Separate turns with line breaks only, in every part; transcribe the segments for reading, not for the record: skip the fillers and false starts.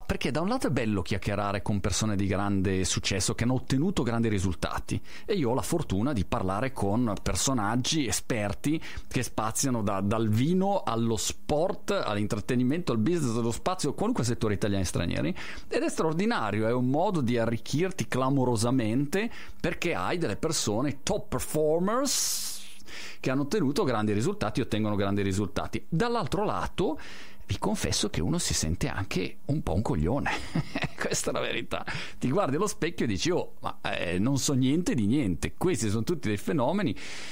Perché da un lato è bello chiacchierare con persone di grande successo che hanno ottenuto grandi risultati, e io ho la fortuna di parlare con personaggi esperti che spaziano dal vino allo sport, all'intrattenimento, al business, allo spazio, qualunque settore, italiani e stranieri, ed è straordinario, è un modo di arricchirti clamorosamente, perché hai delle persone top performers che hanno ottenuto grandi risultati, ottengono grandi risultati. Dall'altro lato vi confesso che uno si sente anche un po' un coglione. Questa è la verità. Ti guardi allo specchio e dici: oh, ma non so niente di niente, questi sono tutti dei fenomeni.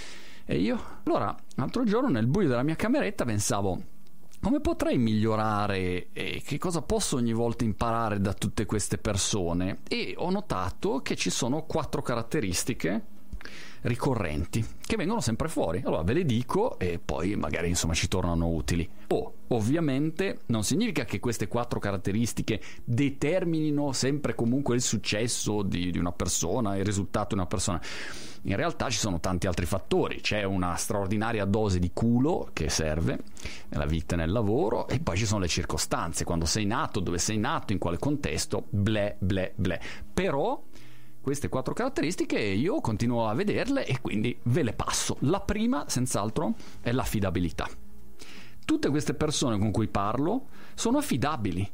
E io? Allora, l'altro giorno nel buio della mia cameretta pensavo: come potrei migliorare e che cosa posso ogni volta imparare da tutte queste persone? E ho notato che ci sono 4 caratteristiche ricorrenti che vengono sempre fuori. Allora ve le dico e poi magari insomma ci tornano utili. Ovviamente non significa che queste 4 caratteristiche determinino sempre comunque il successo di una persona, il risultato di una persona. In realtà ci sono tanti altri fattori, c'è una straordinaria dose di culo che serve nella vita e nel lavoro, e poi ci sono le circostanze, quando sei nato, dove sei nato, in quale contesto, ble ble ble. Però queste 4 caratteristiche io continuo a vederle e quindi ve le passo. La prima, senz'altro, è l'affidabilità. Tutte queste persone con cui parlo sono affidabili.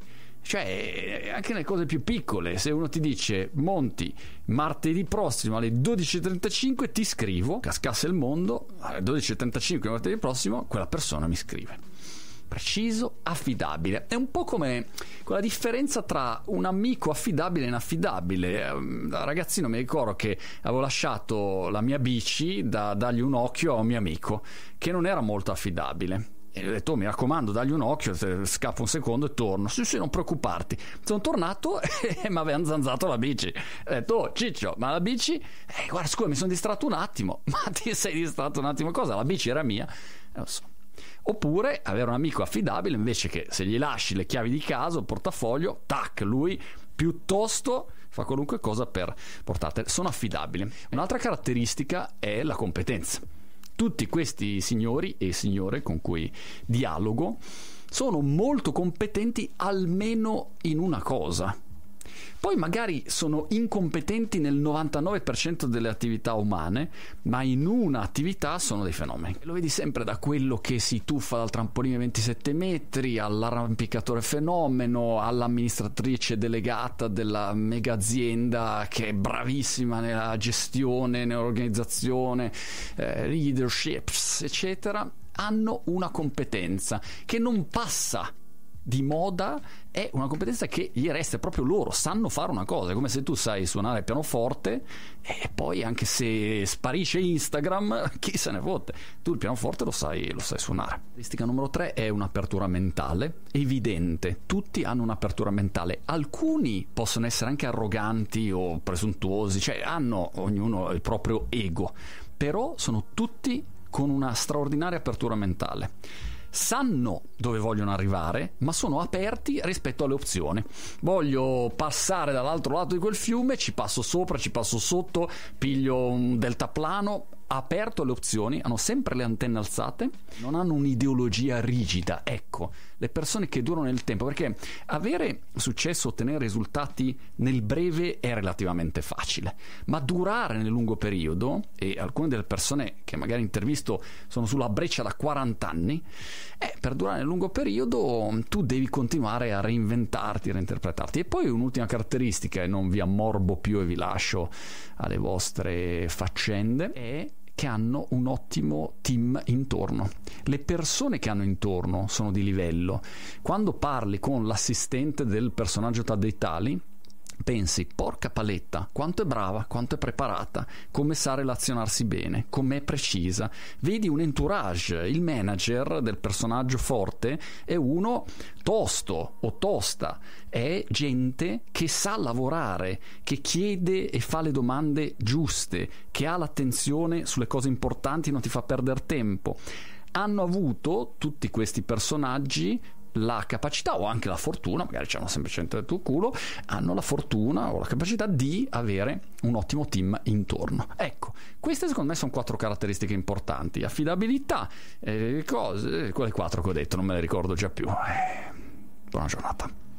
Cioè, anche nelle cose più piccole, se uno ti dice: Monti, martedì prossimo alle 12.35 ti scrivo, cascasse il mondo, alle 12.35 martedì prossimo, quella persona mi scrive. Preciso, affidabile. È un po' come quella differenza tra un amico affidabile e inaffidabile. Da ragazzino mi ricordo che avevo lasciato la mia bici da dargli un occhio a un mio amico che non era molto affidabile, e gli ho detto: oh, mi raccomando, dagli un occhio, scappo un secondo e torno. Sì, non preoccuparti. Sono tornato e mi avevano zanzato la bici. Ho detto: oh Ciccio, ma la bici? Guarda, scusa, mi sono distratto un attimo. Ma ti sei distratto un attimo? Cosa? La bici era mia? Lo so. Oppure avere un amico affidabile, invece che se gli lasci le chiavi di casa, il portafoglio, tac, lui piuttosto fa qualunque cosa per portartele. Sono affidabili. Un'altra caratteristica è la competenza. Tutti questi signori e signore con cui dialogo sono molto competenti almeno in una cosa. Poi magari sono incompetenti nel 99% delle attività umane, ma in una attività sono dei fenomeni. Lo vedi sempre da quello che si tuffa dal trampolino 27 metri, all'arrampicatore fenomeno, all'amministratrice delegata della mega azienda che è bravissima nella gestione, nell'organizzazione, leaderships, eccetera. Hanno una competenza che non passa di moda, è una competenza che gli resta, proprio loro sanno fare una cosa. È come se tu sai suonare il pianoforte e poi anche se sparisce Instagram, chi se ne fotte, tu il pianoforte lo sai suonare. Caratteristica numero 3 è un'apertura mentale evidente. Tutti hanno un'apertura mentale, alcuni possono essere anche arroganti o presuntuosi, cioè hanno ognuno il proprio ego, però sono tutti con una straordinaria apertura mentale. Sanno dove vogliono arrivare, ma sono aperti rispetto alle opzioni. Voglio passare dall'altro lato di quel fiume, ci passo sopra, ci passo sotto, piglio un deltaplano. Aperto alle opzioni, hanno sempre le antenne alzate, non hanno un'ideologia rigida. Ecco, le persone che durano nel tempo, perché avere successo, ottenere risultati nel breve è relativamente facile, ma durare nel lungo periodo, e alcune delle persone che magari intervisto sono sulla breccia da 40 anni, per durare nel lungo periodo tu devi continuare a reinventarti, a reinterpretarti. E poi un'ultima caratteristica, e non vi ammorbo più e vi lascio alle vostre faccende, è che hanno un ottimo team intorno. Le persone che hanno intorno sono di livello. Quando parli con l'assistente del personaggio tal dei tali, pensi: porca paletta, quanto è brava, quanto è preparata, come sa relazionarsi bene, com'è precisa. Vedi un entourage. Il manager del personaggio forte è uno tosto o tosta, è gente che sa lavorare, che chiede e fa le domande giuste, che ha l'attenzione sulle cose importanti, non ti fa perdere tempo. Hanno avuto tutti questi personaggi la capacità, o anche la fortuna, magari c'hanno semplicemente il tuo culo, hanno la fortuna o la capacità di avere un ottimo team intorno. Ecco, queste secondo me sono 4 caratteristiche importanti: affidabilità, quelle 4 che ho detto non me le ricordo già più. Buona giornata.